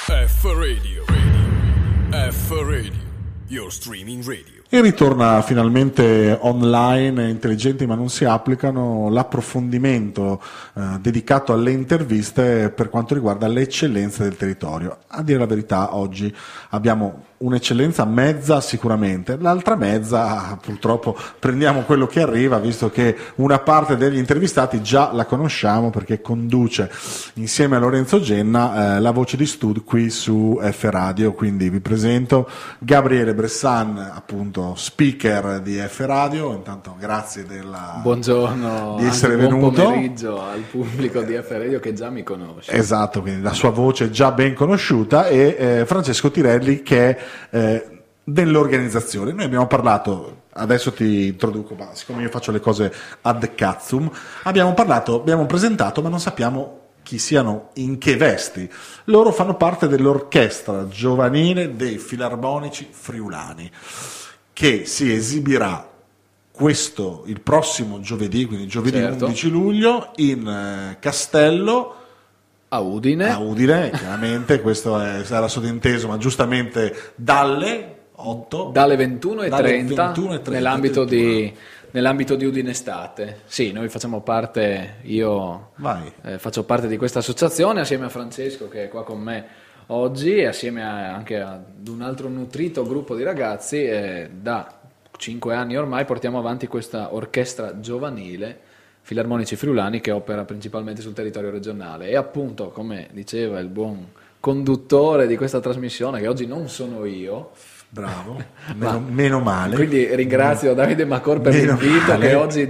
F Radio, your streaming radio. E ritorna finalmente online Intelligenti ma non si applicano, l'approfondimento dedicato alle interviste per quanto riguarda le eccellenze del territorio. A dire la verità, oggi abbiamo un'eccellenza mezza sicuramente, l'altra mezza purtroppo prendiamo quello che arriva, visto che una parte degli intervistati già la conosciamo perché conduce insieme a Lorenzo Genna la voce di studio qui su F Radio. Quindi vi presento Gabriele Bressan, appunto speaker di F Radio. Intanto grazie buongiorno, di essere buon venuto. Buon pomeriggio al pubblico di F Radio che già mi conosce. Esatto, quindi la sua voce è già ben conosciuta, e Francesco Tirelli che è dell'organizzazione. Noi abbiamo parlato, adesso ti introduco, ma siccome io faccio le cose ad cazzum, abbiamo presentato, ma non sappiamo chi siano, in che vesti. Loro fanno parte dell'orchestra giovanile dei Filarmonici Friulani, che si esibirà il prossimo giovedì, quindi giovedì 11 luglio, in Castello a Udine, chiaramente, questo sarà sottinteso, ma giustamente dalle 21:30 nell'ambito di Udine Estate. Sì, noi facciamo parte, faccio parte di questa associazione assieme a Francesco che è qua con me oggi, e assieme anche ad un altro nutrito gruppo di ragazzi. Da 5 anni ormai portiamo avanti questa orchestra giovanile Filarmonici Friulani che opera principalmente sul territorio regionale, e appunto, come diceva il buon conduttore di questa trasmissione, che oggi non sono io, bravo, meno male, quindi ringrazio Davide Macor per l'invito, che oggi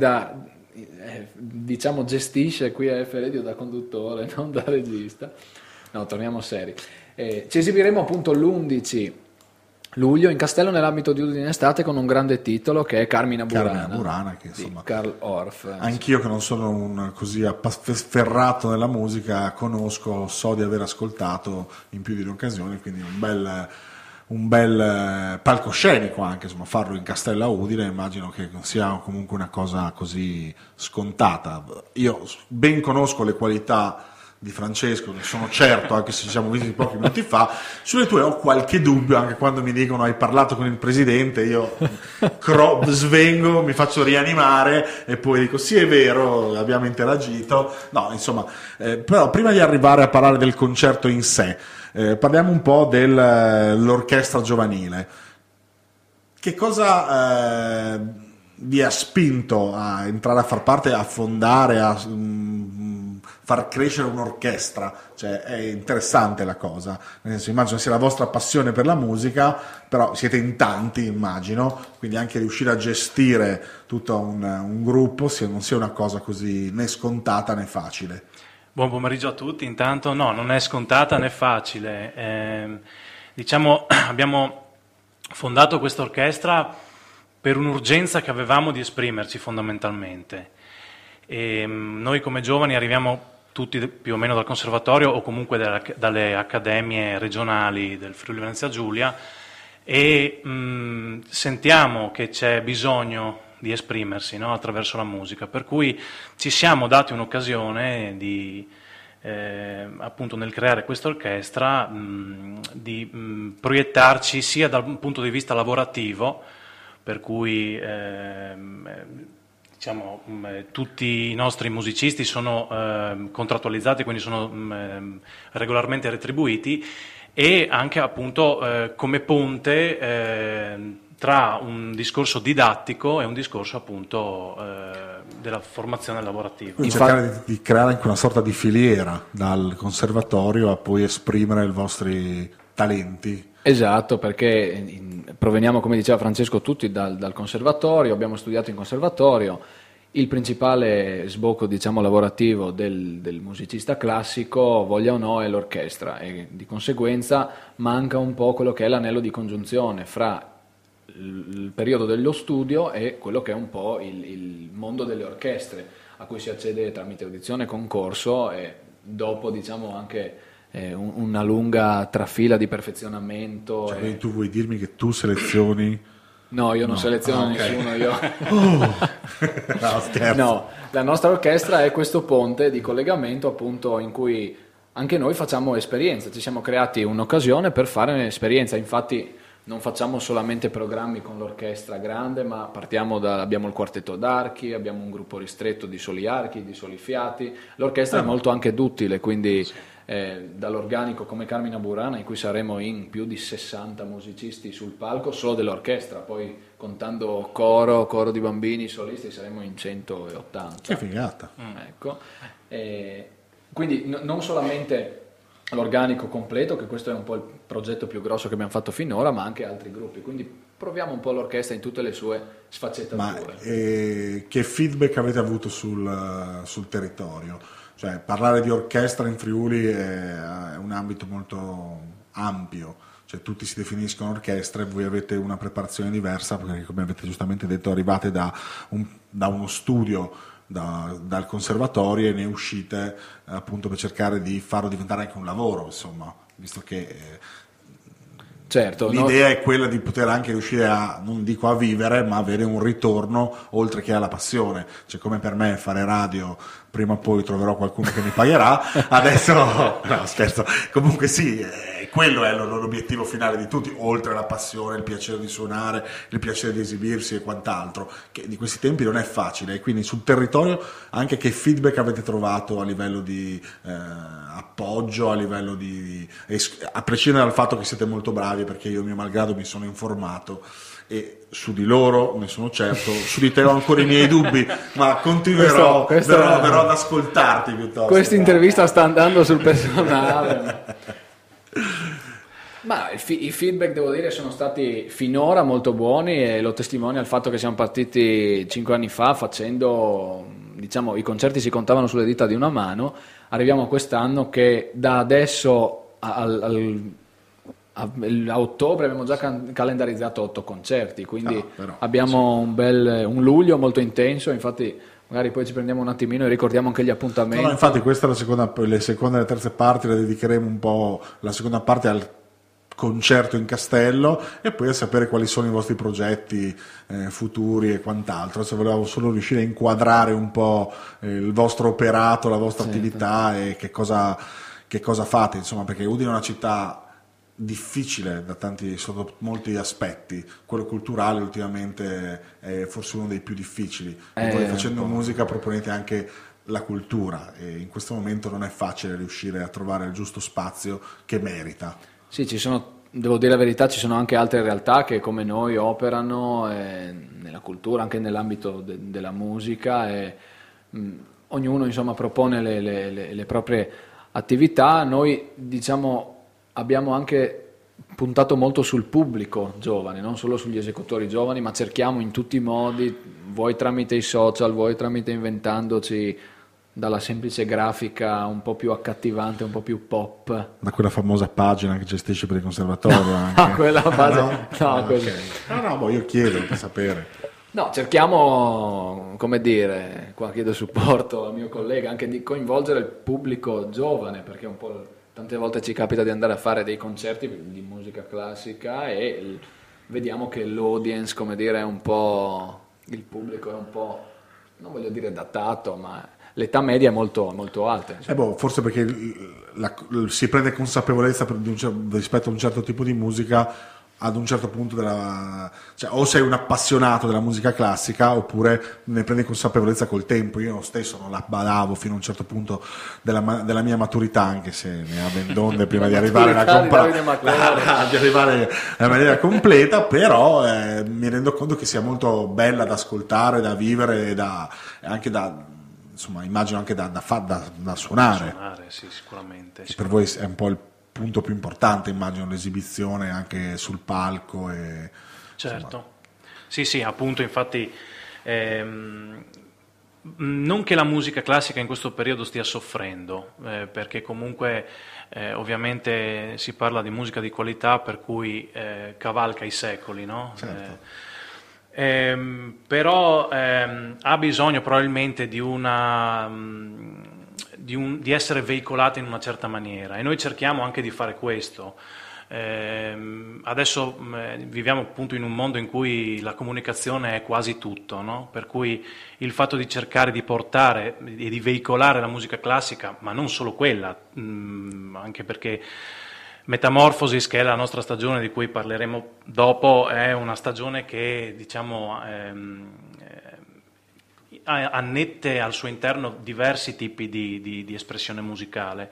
gestisce qui a F Radio da conduttore, non da regista. No, torniamo seri. Ci esibiremo appunto l'11 luglio in Castello nell'ambito di Udine Estate con un grande titolo che è Carmina Burana, che insomma, di Carl Orff. Anch'io, che non sono un così ferrato nella musica, so di aver ascoltato in più di un'occasione, quindi un bel palcoscenico anche, insomma, farlo in Castello a Udine, immagino che sia comunque una cosa così scontata. Io ben conosco le qualità di Francesco, ne sono certo, anche se ci siamo visti pochi minuti fa. Sulle tue ho qualche dubbio, anche quando mi dicono hai parlato con il presidente, io svengo, mi faccio rianimare e poi dico sì, è vero, abbiamo interagito. No, insomma, però prima di arrivare a parlare del concerto in sé, parliamo un po' dell'orchestra giovanile. Che cosa vi ha spinto a entrare a far parte, a fondare, a far crescere un'orchestra? Cioè, è interessante la cosa, nel senso, immagino sia la vostra passione per la musica, però siete in tanti, immagino, quindi anche riuscire a gestire tutto un gruppo non sia una cosa così né scontata né facile. Buon pomeriggio a tutti. Intanto no, non è scontata né facile. Abbiamo fondato questa orchestra per un'urgenza che avevamo di esprimerci fondamentalmente. Noi come giovani arriviamo tutti più o meno dal conservatorio o comunque dalle accademie regionali del Friuli Venezia Giulia, e sentiamo che c'è bisogno di esprimersi, no? Attraverso la musica, per cui ci siamo dati un'occasione di appunto nel creare questa orchestra di proiettarci sia dal punto di vista lavorativo, per cui tutti i nostri musicisti sono contrattualizzati, quindi sono regolarmente retribuiti, e anche appunto come ponte tra un discorso didattico e un discorso appunto della formazione lavorativa. Quindi cercare di creare anche una sorta di filiera dal conservatorio a poi esprimere i vostri talenti. Esatto, perché proveniamo, come diceva Francesco, tutti dal conservatorio, abbiamo studiato in conservatorio. Il principale sbocco, lavorativo del musicista classico, voglia o no, è l'orchestra, e di conseguenza manca un po' quello che è l'anello di congiunzione fra il periodo dello studio e quello che è un po' il mondo delle orchestre, a cui si accede tramite audizione, concorso e dopo anche una lunga trafila di perfezionamento. Quindi tu vuoi dirmi che tu selezioni? No, io non seleziono nessuno. No, scherzo. No, la nostra orchestra è questo ponte di collegamento, appunto, in cui anche noi facciamo esperienza, ci siamo creati un'occasione per fare un'esperienza, infatti non facciamo solamente programmi con l'orchestra grande, ma abbiamo il quartetto d'archi, abbiamo un gruppo ristretto di soli archi, di soli fiati, l'orchestra è molto anche duttile, quindi dall'organico come Carmina Burana in cui saremo in più di 60 musicisti sul palco solo dell'orchestra, poi contando coro di bambini, solisti saremo in 180. Che figata. Ecco. Quindi non solamente l'organico completo, che questo è un po' il progetto più grosso che abbiamo fatto finora, ma anche altri gruppi, quindi proviamo un po' l'orchestra in tutte le sue sfaccettature. Ma che feedback avete avuto sul territorio? Cioè, parlare di orchestra in Friuli è un ambito molto ampio, cioè tutti si definiscono orchestra e voi avete una preparazione diversa perché, come avete giustamente detto, arrivate da uno studio, dal conservatorio, e ne uscite appunto per cercare di farlo diventare anche un lavoro, insomma, visto che certo, l'idea è quella di poter anche riuscire a, non dico a vivere, ma avere un ritorno oltre che alla passione. Cioè, come per me fare radio, prima o poi troverò qualcuno che mi pagherà, adesso no, scherzo, comunque sì, quello è l'obiettivo finale di tutti, oltre alla passione, il piacere di suonare, il piacere di esibirsi e quant'altro, che di questi tempi non è facile. E quindi sul territorio anche che feedback avete trovato a livello di appoggio, a livello a prescindere dal fatto che siete molto bravi, perché io mio malgrado mi sono informato e su di loro ne sono certo, su di te ho ancora i miei dubbi, ma continuerò, verrò ad ascoltarti piuttosto. Questa intervista sta andando sul personale. Ma i feedback, devo dire, sono stati finora molto buoni e lo testimonia il fatto che siamo partiti 5 anni fa facendo, diciamo, i concerti si contavano sulle dita di una mano, arriviamo a quest'anno che da adesso a ottobre abbiamo già calendarizzato 8 concerti, quindi abbiamo un luglio molto intenso, infatti magari poi ci prendiamo un attimino e ricordiamo anche gli appuntamenti. No, infatti questa è le seconde e le terze parti, le dedicheremo un po', la seconda parte al concerto in Castello e poi a sapere quali sono i vostri progetti futuri e quant'altro. Adesso volevo solo riuscire a inquadrare un po' il vostro operato, la vostra attività e che cosa fate, insomma, perché Udine è una città difficile sotto molti aspetti, quello culturale ultimamente è forse uno dei più difficili, e voi facendo musica proponete anche la cultura e in questo momento non è facile riuscire a trovare il giusto spazio che merita. Sì, devo dire la verità, ci sono anche altre realtà che come noi operano nella cultura, anche nell'ambito della musica e ognuno insomma propone le proprie attività. Noi diciamo abbiamo anche puntato molto sul pubblico giovane, non solo sugli esecutori giovani, ma cerchiamo in tutti i modi, vuoi tramite i social, vuoi tramite inventandoci dalla semplice grafica un po' più accattivante, un po' più pop. Da quella famosa pagina che gestisce per il conservatorio anche. No, quella pagina. No, io chiedo per sapere. No, cerchiamo, come dire, qua chiedo supporto al mio collega, anche di coinvolgere il pubblico giovane, perché un po' tante volte ci capita di andare a fare dei concerti di musica classica e vediamo che l'audience, come dire, è un po', il pubblico è un po', non voglio dire datato, ma l'età media è molto, molto alta. Forse perché si prende consapevolezza rispetto a un certo tipo di musica ad un certo punto cioè, o sei un appassionato della musica classica oppure ne prendi consapevolezza col tempo. Io stesso non la badavo fino a un certo punto della mia maturità, anche se ne ha ben donde prima di arrivare di arrivare in maniera completa, però mi rendo conto che sia molto bella da ascoltare, da vivere e anche insomma, immagino anche da suonare. Sì, sicuramente. Per voi è un po' il punto più importante, immagino, l'esibizione anche sul palco. Certo. Insomma. Sì, appunto, infatti non che la musica classica in questo periodo stia soffrendo, perché comunque ovviamente si parla di musica di qualità, per cui cavalca i secoli, no? Certo. Però ha bisogno probabilmente di essere veicolata in una certa maniera, e noi cerchiamo anche di fare questo. Adesso viviamo appunto in un mondo in cui la comunicazione è quasi tutto, no? Per cui il fatto di cercare di portare e di veicolare la musica classica, ma non solo quella, anche perché Metamorphosis, che è la nostra stagione di cui parleremo dopo, è una stagione che, diciamo, annette al suo interno diversi tipi di espressione musicale.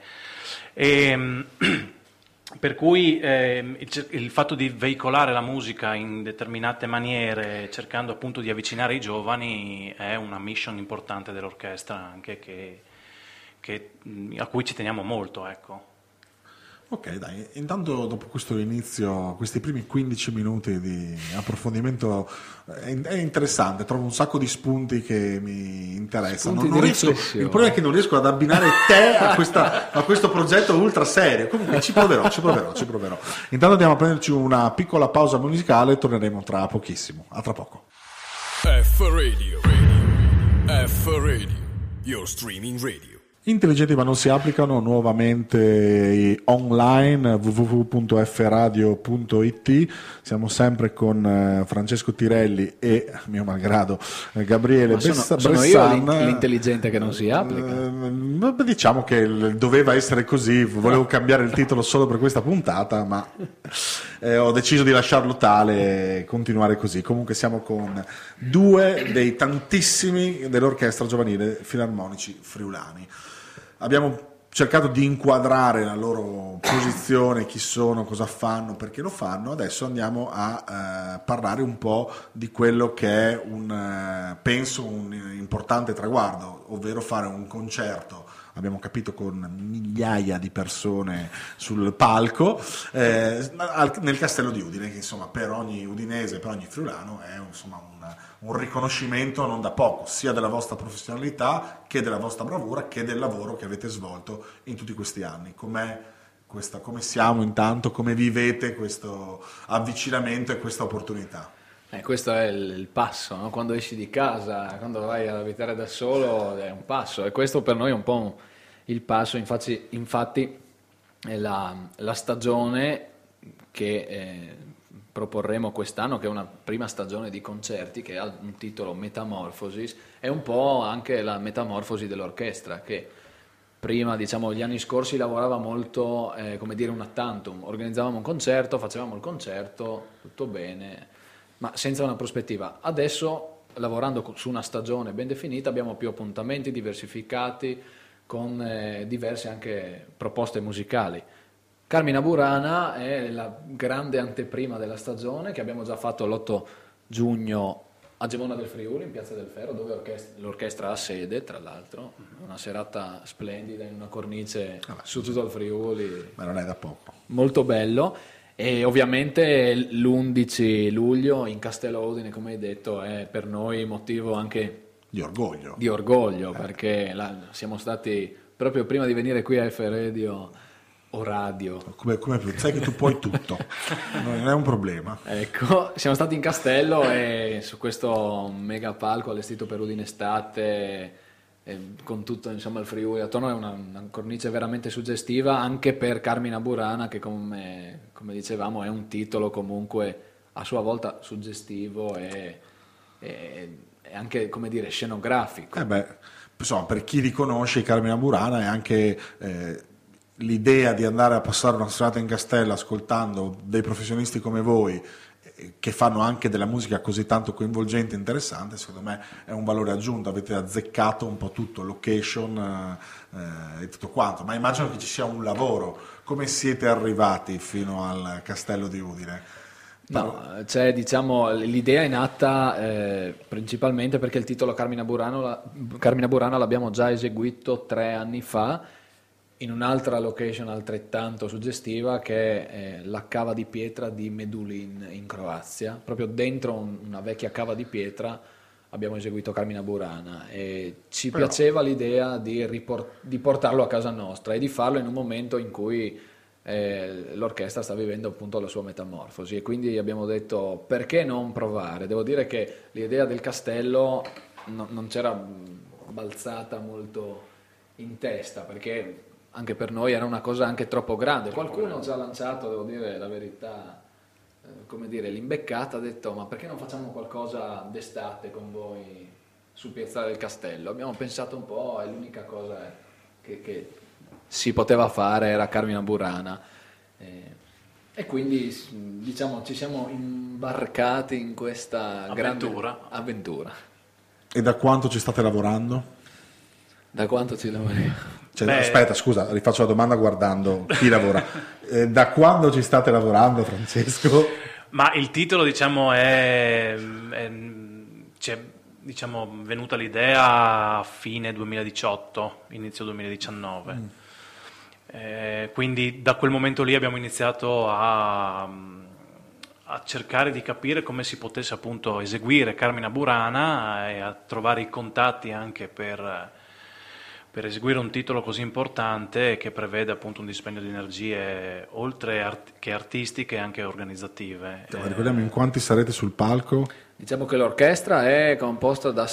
Per cui il fatto di veicolare la musica in determinate maniere, cercando appunto di avvicinare i giovani, è una mission importante dell'orchestra, anche a cui ci teniamo molto, ecco. Ok, dai, intanto dopo questo inizio, questi primi 15 minuti di approfondimento è interessante, trovo un sacco di spunti che mi interessano. Il problema è che non riesco ad abbinare te a questo progetto ultra serio, comunque ci proverò. Intanto andiamo a prenderci una piccola pausa musicale e torneremo tra pochissimo, a tra poco. F-Radio, your streaming radio. Intelligenti ma non si applicano, nuovamente online, www.fradio.it. Siamo sempre con Francesco Tirelli e, mio malgrado, Gabriele Sono Bressan. io l'intelligente che non si applica? Diciamo che doveva essere così, volevo cambiare il titolo solo per questa puntata, ma ho deciso di lasciarlo tale e continuare così. Comunque siamo con due dei tantissimi dell'Orchestra Giovanile Filarmonici Friulani. Abbiamo cercato di inquadrare la loro posizione, chi sono, cosa fanno, perché lo fanno. Adesso andiamo a parlare un po' di quello che è penso un importante traguardo, ovvero fare un concerto. Abbiamo capito, con migliaia di persone sul palco nel Castello di Udine, che insomma per ogni udinese, per ogni friulano è insomma un riconoscimento non da poco, sia della vostra professionalità che della vostra bravura che del lavoro che avete svolto in tutti questi anni. Come siamo intanto, come vivete questo avvicinamento e questa opportunità? Questo è il passo, no? Quando esci di casa, quando vai ad abitare da solo, è un passo, e questo per noi è un po' il passo. Infatti è la stagione che proporremo quest'anno, che è una prima stagione di concerti che ha un titolo Metamorphosis, è un po' anche la metamorfosi dell'orchestra, che prima, diciamo, gli anni scorsi lavorava molto, come dire, una tantum, organizzavamo un concerto, facevamo il concerto, tutto bene, ma senza una prospettiva. Adesso, lavorando su una stagione ben definita, abbiamo più appuntamenti diversificati con diverse anche proposte musicali. Carmina Burana è la grande anteprima della stagione, che abbiamo già fatto l'8 giugno a Gemona del Friuli, in Piazza del Ferro, dove l'orchestra ha sede, tra l'altro. Una serata splendida in una cornice su tutto il Friuli. Ma non è da poco. Molto bello. E ovviamente l'11 luglio in Castello Udine, come hai detto, è per noi motivo anche di orgoglio, perché siamo stati proprio prima di venire qui a F-Radio o radio. Come sai che tu puoi tutto, non è un problema. Ecco, siamo stati in Castello e su questo mega palco allestito per Udine Estate, con tutto, insomma, il Friuli attorno, è una cornice veramente suggestiva anche per Carmina Burana, che come dicevamo è un titolo comunque a sua volta suggestivo e anche, come dire, scenografico. Insomma, per chi riconosce Carmina Burana è anche l'idea di andare a passare una serata in castello ascoltando dei professionisti come voi, che fanno anche della musica così tanto coinvolgente e interessante. Secondo me è un valore aggiunto, avete azzeccato un po' tutto, location e tutto quanto, ma immagino che ci sia un lavoro. Come siete arrivati fino al Castello di Udine? No, cioè, diciamo, l'idea è nata principalmente perché il titolo Carmina Burana l'abbiamo già eseguito 3 anni fa in un'altra location altrettanto suggestiva, che è la cava di pietra di Medulin in Croazia. Proprio dentro una vecchia cava di pietra abbiamo eseguito Carmina Burana e ci piaceva l'idea di portarlo a casa nostra e di farlo in un momento in cui l'orchestra sta vivendo appunto la sua metamorfosi, e quindi abbiamo detto perché non provare. Devo dire che l'idea del castello non c'era balzata molto in testa, perché anche per noi era una cosa anche troppo grande. Qualcuno ci ha lanciato, devo dire la verità, come dire, l'imbeccata, ha detto ma perché non facciamo qualcosa d'estate con voi su Piazzale del Castello? Abbiamo pensato un po' e l'unica cosa che si poteva fare era Carmina Burana. E quindi diciamo ci siamo imbarcati in questa grande avventura. E da quanto ci state lavorando? Da quanto ci lavoriamo? Aspetta, scusa, rifaccio la domanda guardando chi lavora. Da quando ci state lavorando, Francesco? Ma il titolo, diciamo, è diciamo, venuta l'idea a fine 2018, inizio 2019. Quindi da quel momento lì abbiamo iniziato a cercare di capire come si potesse appunto eseguire Carmina Burana e a trovare i contatti anche per eseguire un titolo così importante che prevede appunto un dispendio di energie oltre che artistiche anche organizzative. Ricordiamo in quanti sarete sul palco? Diciamo che l'orchestra è composta da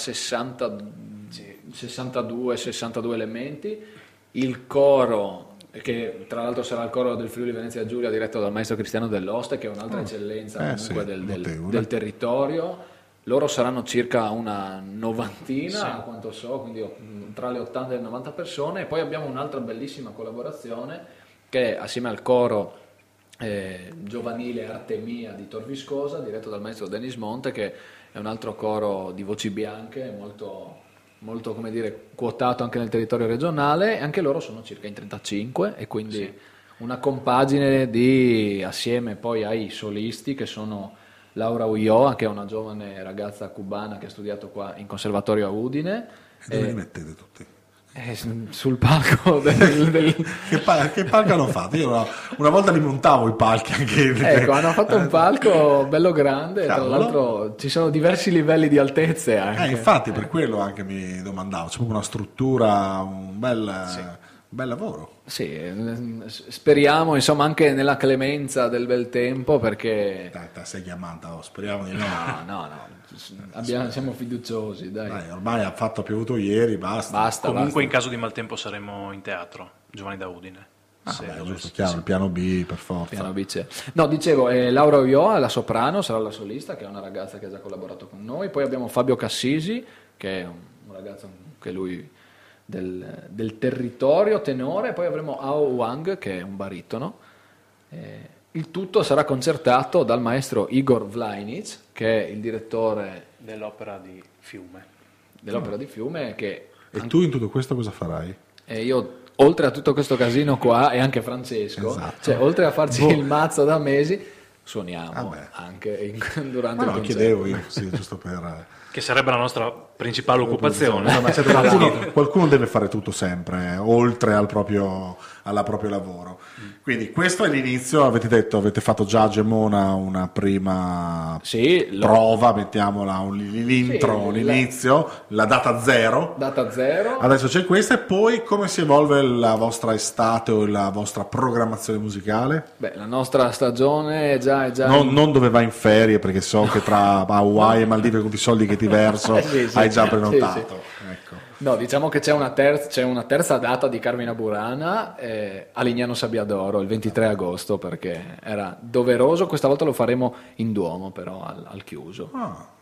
62 elementi, il coro, che tra l'altro sarà il coro del Friuli Venezia Giulia diretto dal maestro Cristiano Dell'Oste, che è un'altra eccellenza comunque del territorio. Loro saranno circa una novantina, a quanto so, quindi tra le 80 e le 90 persone. E poi abbiamo un'altra bellissima collaborazione che assieme al coro giovanile Artemia di Tor Viscosa, diretto dal maestro Denis Monte, che è un altro coro di voci bianche, molto come dire, quotato anche nel territorio regionale, e anche loro sono circa in 35 e quindi una compagine assieme poi ai solisti che sono Laura Ulloa, che è una giovane ragazza cubana che ha studiato qua in conservatorio a Udine. E dove li mettete tutti? Sul palco Che palco hanno fatto? Io una volta li montavo i palchi anche. Ecco, hanno fatto un palco bello grande, tra l'altro ci sono diversi livelli di altezze anche. Infatti per quello anche mi domandavo, c'è proprio una struttura, un bel lavoro. Sì, speriamo insomma anche nella clemenza del bel tempo, perché dai, sei chiamata, speriamo di no. No, siamo fiduciosi, dai, ormai ha piovuto ieri, basta. Comunque in caso di maltempo saremo in teatro, Giovanni da Udine. Giusto, chiaro, il piano B per forza. Piano B c'è. No, dicevo, Laura Ulloa, la soprano, sarà la solista, che è una ragazza che ha già collaborato con noi. Poi abbiamo Fabio Cassisi, che è un ragazzo che lui del territorio, tenore. Poi avremo Ao Wang, che è un baritono. Il tutto sarà concertato dal maestro Igor Vlajnic, che è il direttore dell'Opera di Fiume. E tu in tutto questo cosa farai? Io, oltre a tutto questo casino qua, e anche Francesco, esatto. Cioè oltre a farci il mazzo da mesi, suoniamo anche durante il concerto. Chiedevo io, sì, giusto per... Che sarebbe la nostra principale occupazione. Ma qualcuno deve fare tutto sempre, oltre alla proprio lavoro. Quindi questo è l'inizio, avete fatto già a Gemona una prima prova, mettiamola, l'intro, l'inizio, la data zero. Adesso c'è questa, e poi come si evolve la vostra estate o la vostra programmazione musicale? La nostra stagione è già non dove vai in ferie, perché so che tra Hawaii e Maldive con i soldi che ti verso hai già prenotato. Sì. Ecco. No, diciamo che c'è una terza data di Carmina Burana a Lignano Sabbiadoro il 23 agosto, perché era doveroso. Questa volta lo faremo in Duomo, però al chiuso.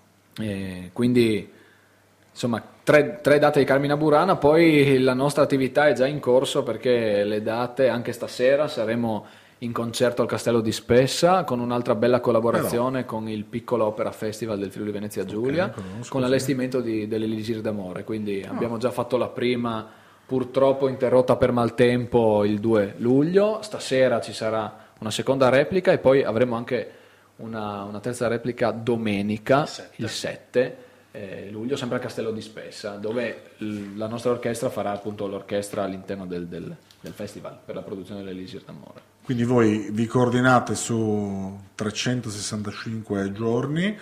Quindi insomma 3 date di Carmina Burana. Poi la nostra attività è già in corso, perché le date, anche stasera saremo in concerto al Castello di Spessa con un'altra bella collaborazione con il Piccolo Opera Festival del Friuli Venezia Giulia, con l'allestimento dell'Elisir d'Amore. Quindi abbiamo già fatto la prima, purtroppo interrotta per maltempo, il 2 luglio. Stasera ci sarà una seconda replica, e poi avremo anche una terza replica domenica, il 7 luglio, sempre al Castello di Spessa, dove la nostra orchestra farà appunto l'orchestra all'interno del festival per la produzione dell'Elisir d'Amore. Quindi voi vi coordinate su 365 giorni,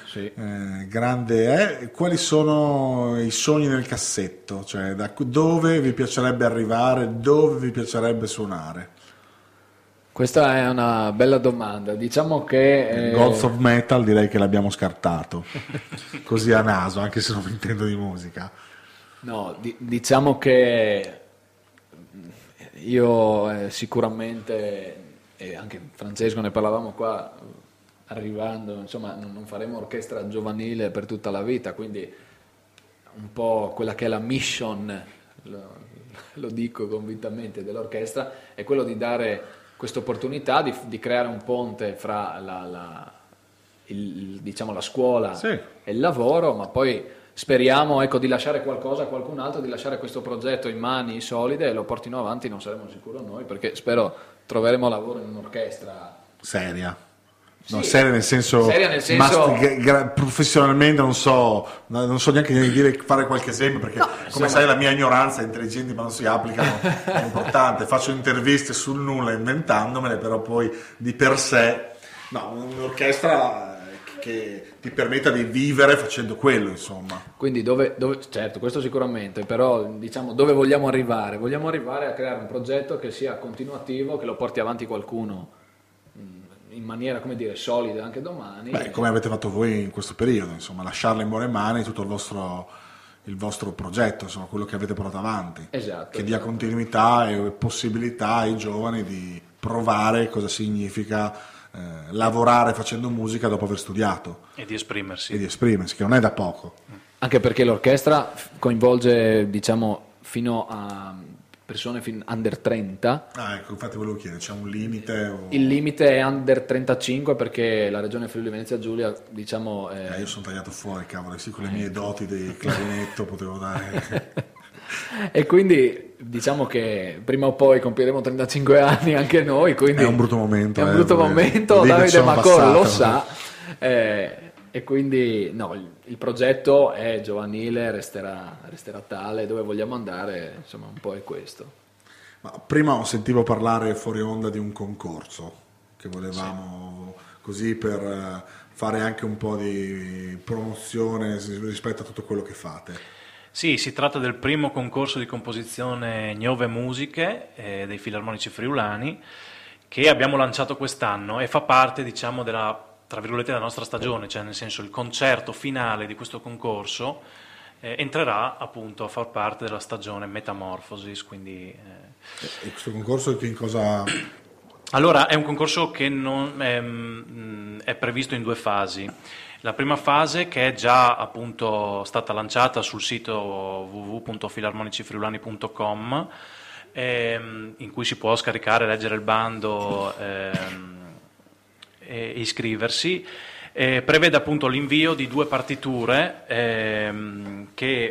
grande è. Quali sono i sogni nel cassetto? Cioè, dove vi piacerebbe arrivare, dove vi piacerebbe suonare? Questa è una bella domanda. Diciamo che Gods of Metal direi che l'abbiamo scartato, così a naso, anche se non intendo di musica. No, diciamo che io sicuramente, e anche Francesco ne parlavamo qua, arrivando, insomma, non faremo orchestra giovanile per tutta la vita, quindi un po' quella che è la mission, lo dico convintamente, dell'orchestra, è quello di dare questa opportunità di creare un ponte fra diciamo, la scuola Sì. e il lavoro, ma poi speriamo, ecco, di lasciare qualcosa a qualcun altro, di lasciare questo progetto in mani solide e lo portino avanti, non saremo sicuro noi, perché spero troveremo lavoro in un'orchestra Seria. No, Sì. seria nel senso, Seria nel senso- professionalmente non so neanche dire fare qualche esempio, perché come insomma- sai la mia ignoranza, intelligenti ma non si applicano, è importante. Faccio interviste sul nulla inventandomele, però poi di per sé no, un'orchestra che ti permetta di vivere facendo quello, insomma. Quindi certo, questo sicuramente, però diciamo dove vogliamo arrivare? Vogliamo arrivare a creare un progetto che sia continuativo, che lo porti avanti qualcuno in maniera, come dire, solida anche domani. Beh, come avete fatto voi in questo periodo, insomma, lasciarla in buone mani tutto il vostro progetto, insomma, quello che avete portato avanti. Esatto, Che dia continuità e possibilità ai giovani di provare cosa significa lavorare facendo musica dopo aver studiato E di esprimersi. e di esprimersi, che non è da poco. Anche perché l'orchestra coinvolge, diciamo, fino a persone under 30. Ah, ecco, infatti volevo chiedere, c'è un limite? Il limite è under 35 perché la regione Friuli Venezia Giulia, diciamo... Io sono tagliato fuori, cavolo, sì, con le mie doti di clarinetto potevo dare... E quindi diciamo che prima o poi compieremo 35 anni anche noi, quindi È un brutto momento, è un brutto perché momento, lì che Davide sono Macor lo passato. sa, e quindi no, il progetto è giovanile, resterà tale, dove vogliamo andare, insomma un po' è questo. Ma prima sentivo parlare fuori onda di un concorso che volevamo così per fare anche un po' di promozione rispetto a tutto quello che fate. Sì, si tratta del primo concorso di composizione Nuove Musiche dei Filarmonici Friulani che abbiamo lanciato quest'anno e fa parte, diciamo, tra virgolette, della nostra stagione, cioè nel senso il concerto finale di questo concorso entrerà appunto a far parte della stagione Metamorphosis, quindi... E questo concorso che in cosa... Allora, è un concorso che è previsto in 2 fasi. La prima fase, che è già appunto stata lanciata sul sito www.filarmonicifriulani.com, in cui si può scaricare, leggere il bando e iscriversi, prevede appunto l'invio di 2 partiture che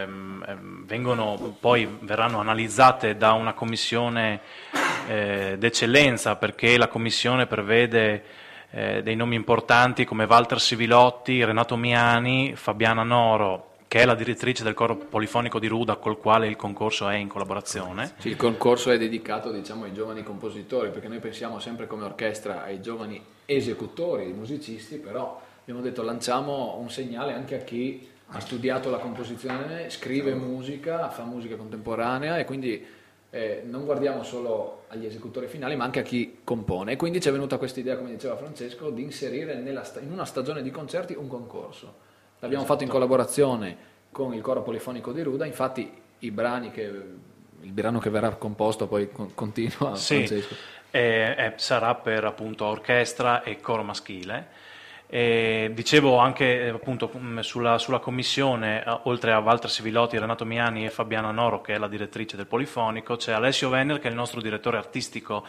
verranno analizzate da una commissione d'eccellenza, perché la commissione prevede dei nomi importanti come Walter Sivilotti, Renato Miani, Fabiana Noro, che è la direttrice del coro polifonico di Ruda, col quale il concorso è in collaborazione. Sì, il concorso è dedicato, diciamo, ai giovani compositori, perché noi pensiamo sempre come orchestra ai giovani esecutori, ai musicisti, però abbiamo detto lanciamo un segnale anche a chi ha studiato la composizione, scrive musica, fa musica contemporanea e quindi non guardiamo solo agli esecutori finali ma anche a chi compone, e quindi ci è venuta questa idea, come diceva Francesco, di inserire in una stagione di concerti un concorso. L'abbiamo fatto in collaborazione con il coro polifonico di Ruda, infatti il brano che verrà composto poi continua, Sì, Francesco. sarà per appunto orchestra e coro maschile. Dicevo anche appunto sulla commissione, oltre a Walter Sivilotti, Renato Miani e Fabiana Noro, che è la direttrice del polifonico, c'è Alessio Venner, che è il nostro direttore artistico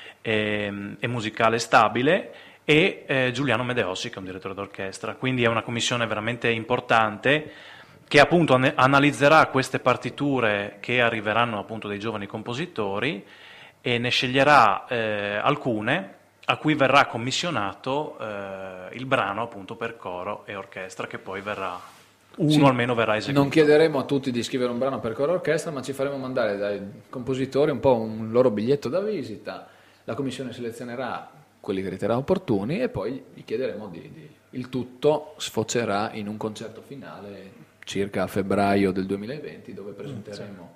e musicale stabile, e Giuliano Medeossi, che è un direttore d'orchestra. Quindi è una commissione veramente importante che appunto analizzerà queste partiture che arriveranno appunto dai giovani compositori e ne sceglierà alcune a cui verrà commissionato il brano appunto per coro e orchestra, che poi almeno verrà eseguito. Non chiederemo a tutti di scrivere un brano per coro e orchestra, ma ci faremo mandare dai compositori un po' un loro biglietto da visita, la commissione selezionerà quelli che riterrà opportuni e poi gli chiederemo il tutto sfocerà in un concerto finale circa a febbraio del 2020, dove presenteremo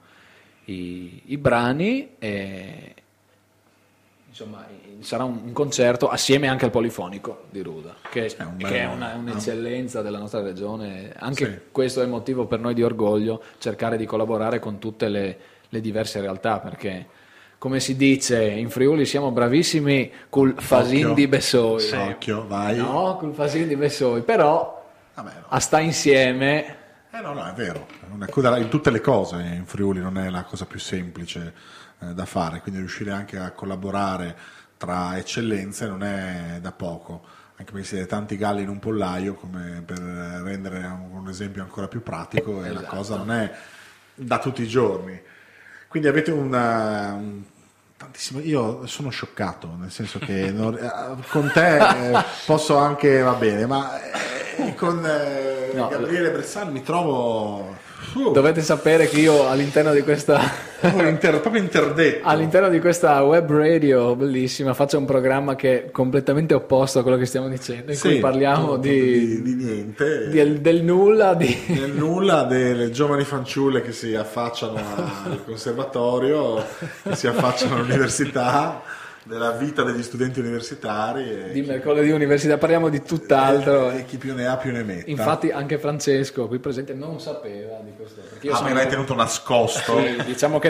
i brani e insomma sarà un concerto assieme anche al polifonico di Ruda, che è un'eccellenza della nostra regione. Anche questo è motivo per noi di orgoglio, cercare di collaborare con tutte le diverse realtà, perché come si dice in Friuli, siamo bravissimi col fasin di Bessoi. Sì. Occhio, vai. No, col fasin di Bessoi, però Vabbè, no. a sta insieme. No, è vero, in tutte le cose in Friuli non è la cosa più semplice da fare, quindi riuscire anche a collaborare tra eccellenze non è da poco, anche perché siete tanti galli in un pollaio, come per rendere un esempio ancora più pratico, e la cosa non è da tutti i giorni. Quindi avete tantissimo. Io sono scioccato, nel senso che con te posso anche, va bene, ma con Gabriele Bressan mi trovo. Dovete sapere che io all'interno di questa proprio interdetto. all'interno di questa web radio bellissima faccio un programma che è completamente opposto a quello che stiamo dicendo, in cui parliamo di niente, del nulla, del nulla, delle giovani fanciulle che si affacciano al conservatorio, che si affacciano all'università, della vita degli studenti universitari di mercoledì università, parliamo di tutt'altro. E chi più ne ha più ne metta. Infatti anche Francesco qui presente non sapeva di questo, perché io me l'hai tenuto nascosto. sì, diciamo che